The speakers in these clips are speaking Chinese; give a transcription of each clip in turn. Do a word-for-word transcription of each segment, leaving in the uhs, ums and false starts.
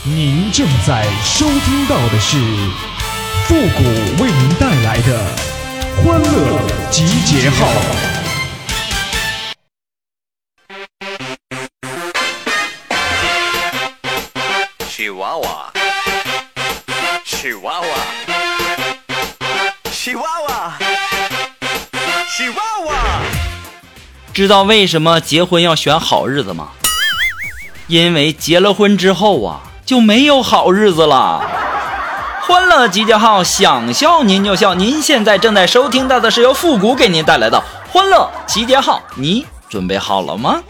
您正在收听到的是复古为您带来的欢乐集结号。 喜娃娃，喜娃娃，喜娃娃，喜娃娃。 知道为什么结婚要选好日子吗？因为结了婚之后啊，就没有好日子了。欢乐集结号，想笑您就笑。您现在正在收听到的是由复古给您带来的欢乐集结号，你准备好了吗？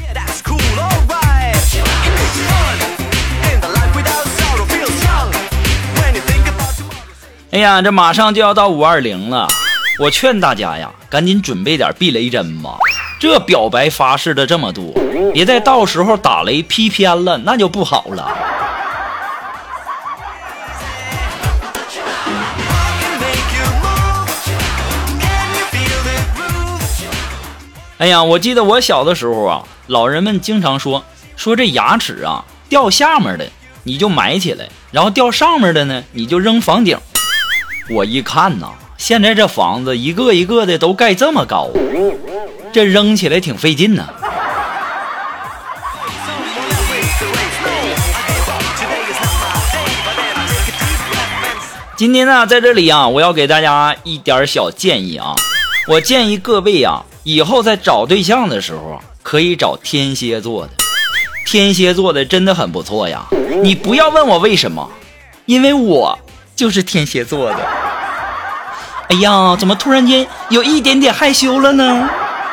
哎呀，这马上就要到五二零了，我劝大家呀，赶紧准备点避雷针吧。这表白发誓的这么多，别再到时候打雷劈偏了，那就不好了。哎呀，我记得我小的时候啊，老人们经常说说这牙齿啊掉下面的你就埋起来，然后掉上面的呢你就扔房顶。我一看呐，现在这房子一个一个的都盖这么高，这扔起来挺费劲呢。今天呢，在这里啊，我要给大家一点小建议啊。我建议各位啊，以后在找对象的时候啊，可以找天蝎座的。天蝎座的真的很不错呀。你不要问我为什么，因为我就是天蝎座的。哎呀，怎么突然间有一点点害羞了呢？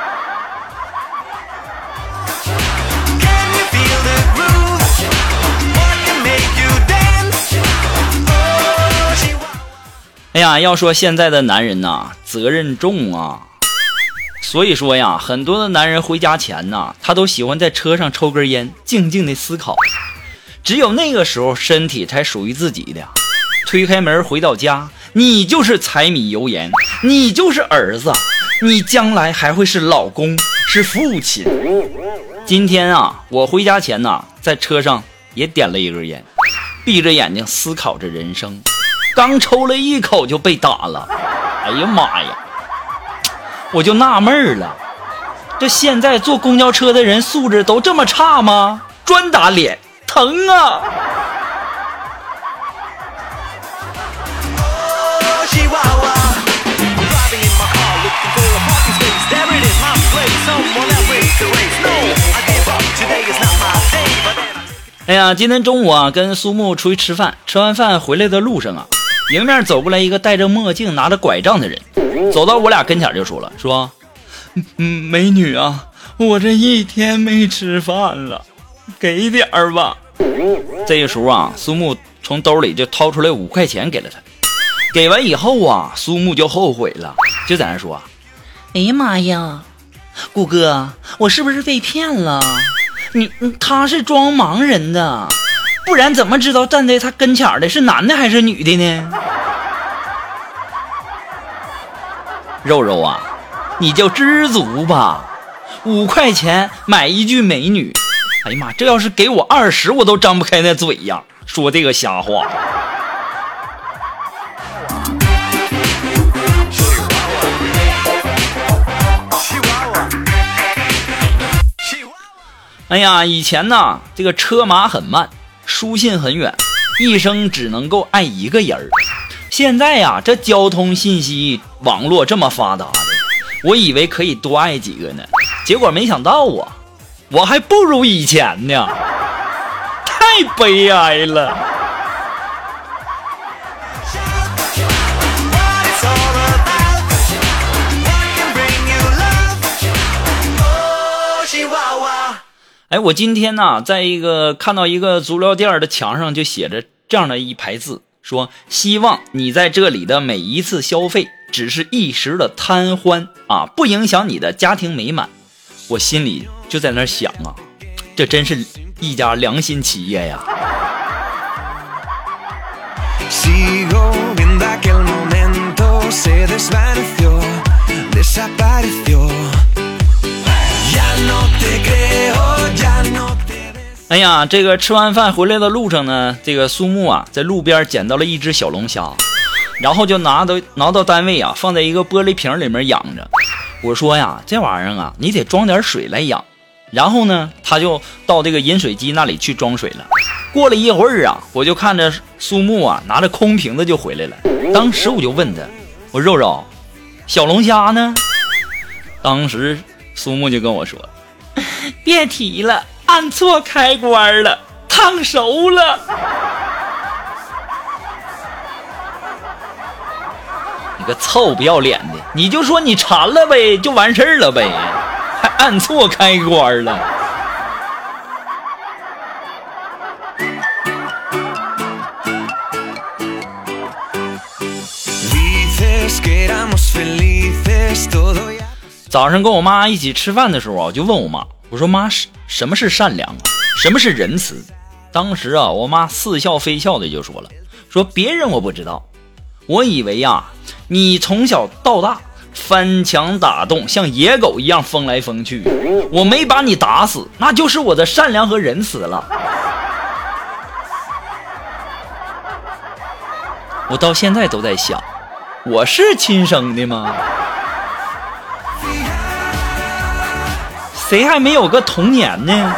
哎呀，要说现在的男人呐，责任重啊。所以说呀，很多的男人回家前呐，他都喜欢在车上抽根烟，静静的思考。只有那个时候，身体才属于自己的。推开门回到家，你就是柴米油盐，你就是儿子，你将来还会是老公，是父亲。今天啊，我回家前呐，在车上也点了一根烟，闭着眼睛思考着人生。刚抽了一口就被打了，哎呀妈呀！我就纳闷了，这现在坐公交车的人素质都这么差吗？专打脸，疼啊！哎呀，今天中午啊，跟苏木出去吃饭，吃完饭回来的路上啊，迎面走过来一个戴着墨镜拿着拐杖的人，走到我俩跟前就说了，说嗯，美女啊，我这一天没吃饭了，给点儿吧。这个时候啊，苏木从兜里就掏出来五块钱给了他。给完以后啊，苏木就后悔了，就在那说，哎呀妈呀，顾哥，我是不是被骗了？你他是装盲人的，不然怎么知道站在他跟前的是男的还是女的呢？肉肉啊，你就知足吧，五块钱买一具美女。哎呀妈，这要是给我二十，我都张不开那嘴呀，说这个瞎话。哎呀，以前呢，这个车马很慢，书信很远，一生只能够爱一个人儿。现在呀，这交通信息网络这么发达的，我以为可以多爱几个呢，结果没想到啊，我还不如以前呢，太悲哀了。哎，我今天呢，在一个看到一个足疗店的墙上就写着这样的一排字，说希望你在这里的每一次消费只是一时的贪欢啊，不影响你的家庭美满。我心里就在那想啊，这真是一家良心企业呀。 哎呀，这个吃完饭回来的路上呢，这个苏木啊在路边捡到了一只小龙虾，然后就拿到拿到单位啊，放在一个玻璃瓶里面养着。我说呀，这玩意儿啊，你得装点水来养。然后呢，他就到这个饮水机那里去装水了。过了一会儿啊，我就看着苏木啊拿着空瓶子就回来了。当时我就问他，我肉肉，小龙虾呢？当时苏木就跟我说，别提了，按错开关了，烫熟了。你个臭不要脸的，你就说你馋了呗，就完事儿了呗，还按错开关了。早上跟我妈一起吃饭的时候，我就问我妈，我说妈，什么是善良，什么是仁慈？当时啊，我妈似笑非笑的就说了，说别人我不知道，我以为呀、啊，你从小到大翻墙打洞，像野狗一样疯来疯去，我没把你打死，那就是我的善良和仁慈了。我到现在都在想，我是亲生的吗？谁还没有个童年呢？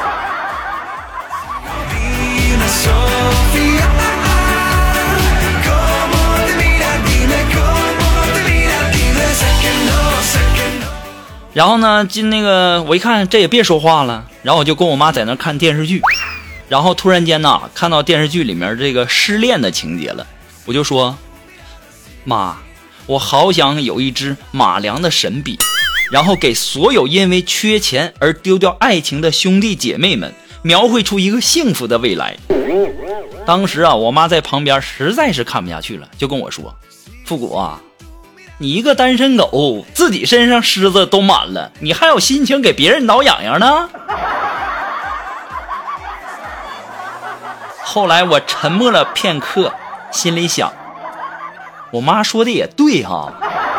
然后呢，进那个我一看这也别说话了，然后我就跟我妈在那看电视剧，然后突然间呢，看到电视剧里面这个失恋的情节了，我就说，妈，我好想有一支马良的神笔，然后给所有因为缺钱而丢掉爱情的兄弟姐妹们描绘出一个幸福的未来。当时啊，我妈在旁边实在是看不下去了，就跟我说，复古啊，你一个单身狗，自己身上虱子都满了，你还有心情给别人挠痒痒呢？后来我沉默了片刻，心里想，我妈说的也对哈。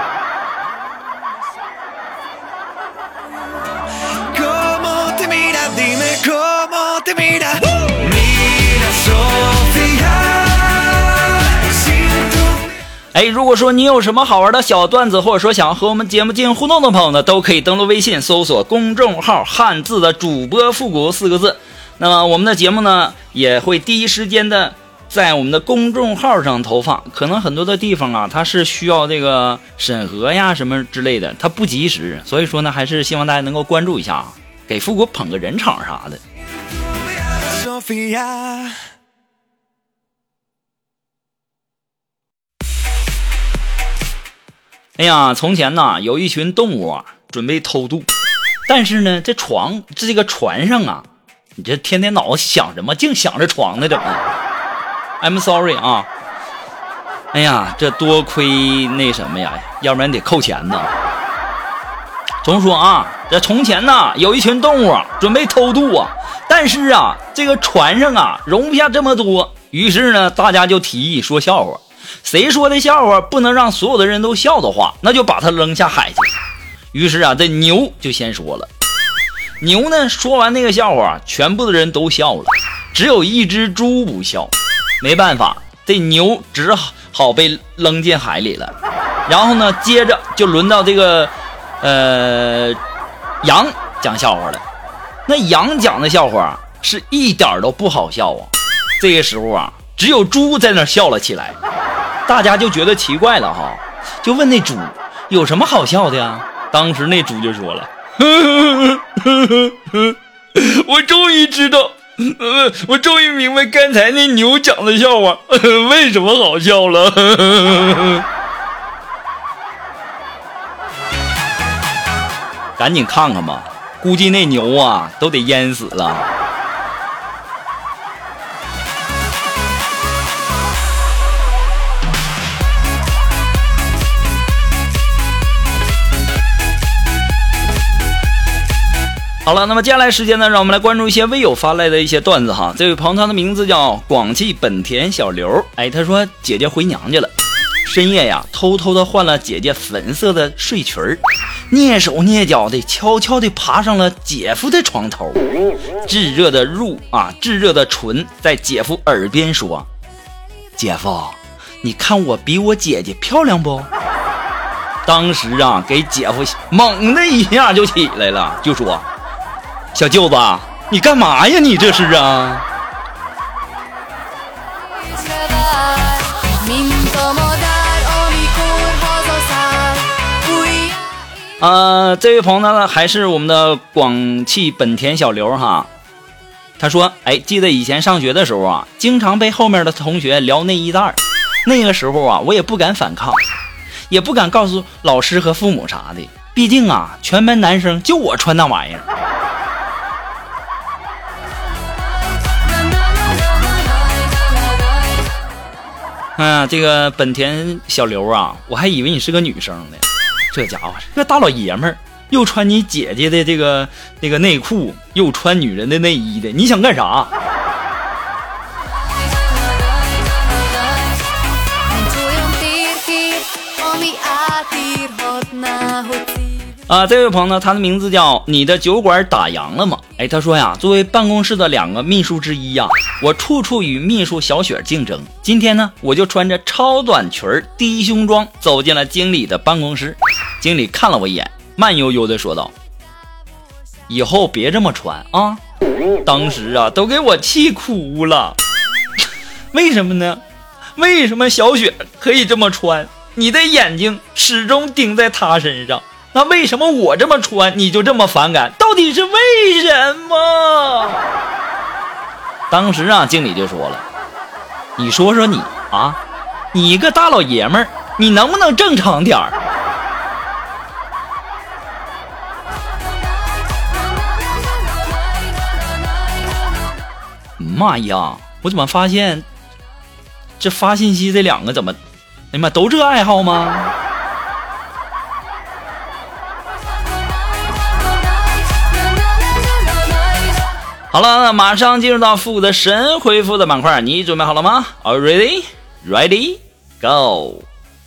哎，如果说你有什么好玩的小段子，或者说想要和我们节目进行互动的朋友呢，都可以登录微信搜索公众号汉字的主播复古四个字。那么我们的节目呢，也会第一时间的在我们的公众号上投放，可能很多的地方啊，它是需要这个审核呀什么之类的，它不及时，所以说呢，还是希望大家能够关注一下啊，给复古捧个人场啥的。哎呀，从前呢，有一群动物啊，准备偷渡，但是呢，这床这个船上啊，你这天天脑子想什么，净想着床呢，怎么 ？I'm sorry 啊。哎呀，这多亏那什么呀，要不然得扣钱呢。总说啊，这从前呢，有一群动物啊，准备偷渡啊，但是啊，这个船上啊，容不下这么多，于是呢，大家就提议说笑话。谁说的笑话不能让所有的人都笑的话，那就把它扔下海去。于是啊，这牛就先说了。牛呢，说完那个笑话，全部的人都笑了，只有一只猪不笑。没办法，这牛只好被扔进海里了。然后呢，接着就轮到这个呃羊讲笑话了。那羊讲的笑话是一点都不好笑啊。这个时候啊，只有猪在那笑了起来。大家就觉得奇怪了哈，就问那猪有什么好笑的呀？当时那猪就说了，呵呵呵呵，我终于知道，呃，我终于明白刚才那牛讲的笑话、呃、为什么好笑了。呵呵，赶紧看看吧，估计那牛啊都得淹死了。好了，那么接下来时间呢，让我们来关注一些微友发来的一些段子哈。这位朋友他的名字叫广汽本田小刘，哎，他说姐姐回娘家了，深夜呀偷偷的换了姐姐粉色的睡裙儿， 蹑手蹑脚的悄悄地爬上了姐夫的床头，炙热的入啊，炙热的唇在姐夫耳边说：“姐夫，你看我比我姐姐漂亮不？”当时啊，给姐夫猛的一下就起来了，就说：“小舅子，你干嘛呀？你这是啊？”呃，这位朋友呢，还是我们的广汽本田小刘哈。他说：“哎，记得以前上学的时候啊，经常被后面的同学撩内衣带，那个时候啊，我也不敢反抗，也不敢告诉老师和父母啥的，毕竟啊，全班男生就我穿那玩意儿。”啊，这个本田小刘啊，我还以为你是个女生呢。这家伙，这大老爷们儿又穿你姐姐的这个那个内裤，又穿女人的内衣的，你想干啥？啊，这位朋友呢，他的名字叫你的酒馆打烊了吗？哎，他说呀，作为办公室的两个秘书之一呀，我处处与秘书小雪竞争。今天呢，我就穿着超短裙低胸装走进了经理的办公室。经理看了我一眼，慢悠悠地说道：“以后别这么穿啊！”当时啊，都给我气哭了。为什么呢？为什么小雪可以这么穿？你的眼睛始终盯在她身上。那为什么我这么穿你就这么反感？到底是为什么？当时啊，经理就说了：“你说说你啊，你一个大老爷们儿，你能不能正常点儿？”妈呀！我怎么发现这发信息这两个怎么，哎呀妈，都这爱好吗？好了，那马上进入到复古的神回复的板块，你准备好了吗？ Are you ready? Ready? Go!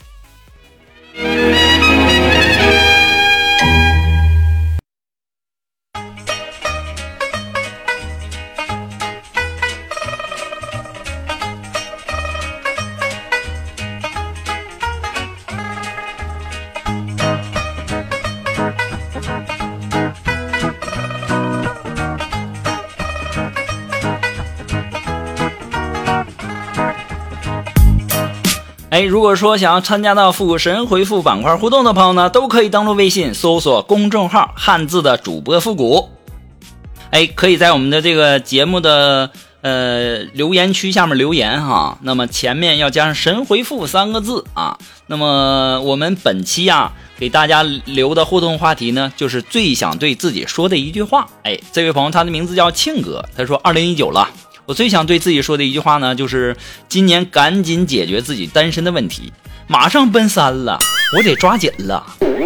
哎，如果说想要参加到复古神回复板块互动的朋友呢，都可以登录微信搜索公众号汉字的主播复古。哎，可以在我们的这个节目的呃留言区下面留言哈，那么前面要加上神回复三个字啊。那么我们本期啊给大家留的互动话题呢，就是最想对自己说的一句话。哎，这位朋友他的名字叫庆哥，他说二零一九了，我最想对自己说的一句话呢，就是今年赶紧解决自己单身的问题，马上奔三了，我得抓紧了。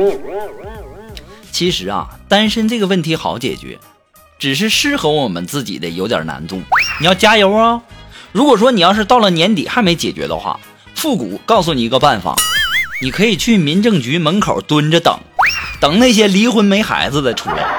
其实啊，单身这个问题好解决，只是适合我们自己的有点难度，你要加油哦。如果说你要是到了年底还没解决的话，复古告诉你一个办法，你可以去民政局门口蹲着等，等那些离婚没孩子的出来。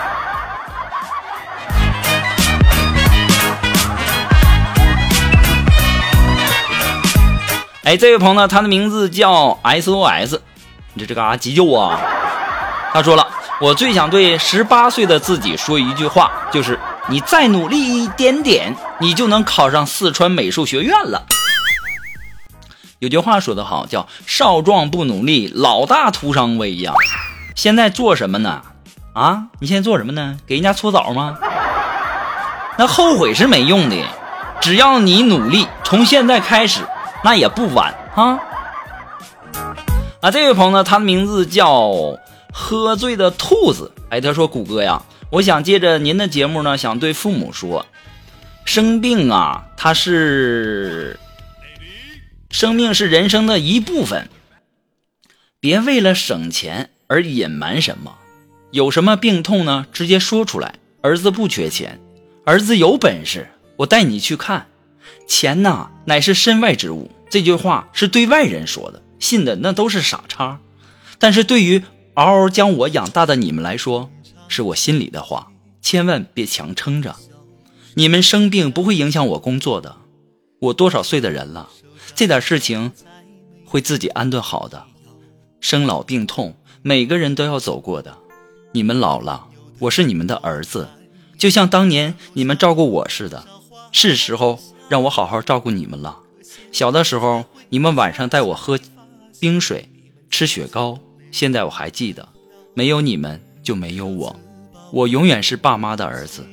哎，这位朋友呢，他的名字叫 S O S， 你这这嘎急救啊！他说了，我最想对十八岁的自己说一句话，就是你再努力一点点，你就能考上四川美术学院了。有句话说得好，叫少壮不努力，老大徒伤悲呀。现在做什么呢？啊，你现在做什么呢？给人家搓澡吗？那后悔是没用的，只要你努力，从现在开始。那也不晚啊！啊，这位朋友呢，他的名字叫喝醉的兔子。哎，他说：“谷歌呀，我想借着您的节目呢，想对父母说，生病啊，它是生命是人生的一部分，别为了省钱而隐瞒什么。有什么病痛呢，直接说出来。儿子不缺钱，儿子有本事，我带你去看。钱呐，乃是身外之物。”这句话是对外人说的，信的那都是傻叉。但是对于嗷嗷将我养大的你们来说，是我心里的话，千万别强撑着。你们生病不会影响我工作的，我多少岁的人了，这点事情会自己安顿好的。生老病痛每个人都要走过的，你们老了，我是你们的儿子，就像当年你们照顾我似的，是时候让我好好照顾你们了。小的时候你们晚上带我喝冰水吃雪糕，现在我还记得，没有你们就没有我，我永远是爸妈的儿子。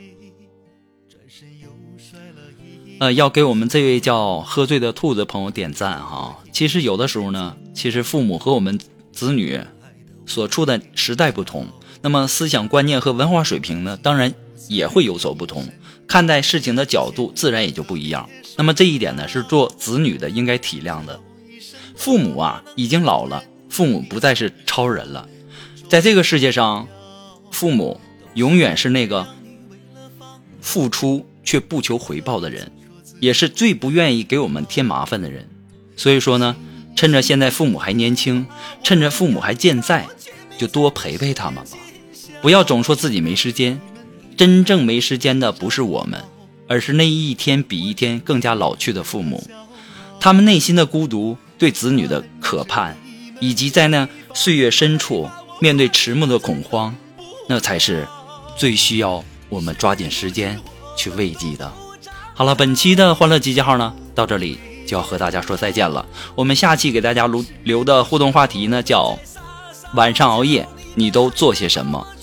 呃，要给我们这位叫喝醉的兔子朋友点赞哈。其实有的时候呢，其实父母和我们子女所处的时代不同，那么思想观念和文化水平呢，当然也会有所不同，看待事情的角度自然也就不一样。那么这一点呢，是做子女的应该体谅的。父母啊已经老了，父母不再是超人了，在这个世界上，父母永远是那个付出却不求回报的人，也是最不愿意给我们添麻烦的人。所以说呢，趁着现在父母还年轻，趁着父母还健在，就多陪陪他们吧，不要总说自己没时间。真正没时间的不是我们，而是那一天比一天更加老去的父母。他们内心的孤独，对子女的渴盼，以及在那岁月深处面对迟暮的恐慌，那才是最需要我们抓紧时间去慰藉的。好了，本期的欢乐集结号呢，到这里就要和大家说再见了。我们下期给大家留的互动话题呢，叫晚上熬夜你都做些什么。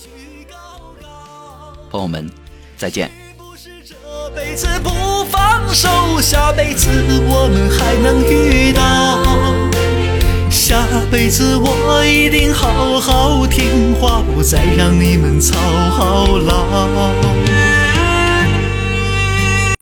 朋友们再见。 这辈子不放手，下辈子我们还能遇到，下辈子我一定好好听话，不再让你们操劳。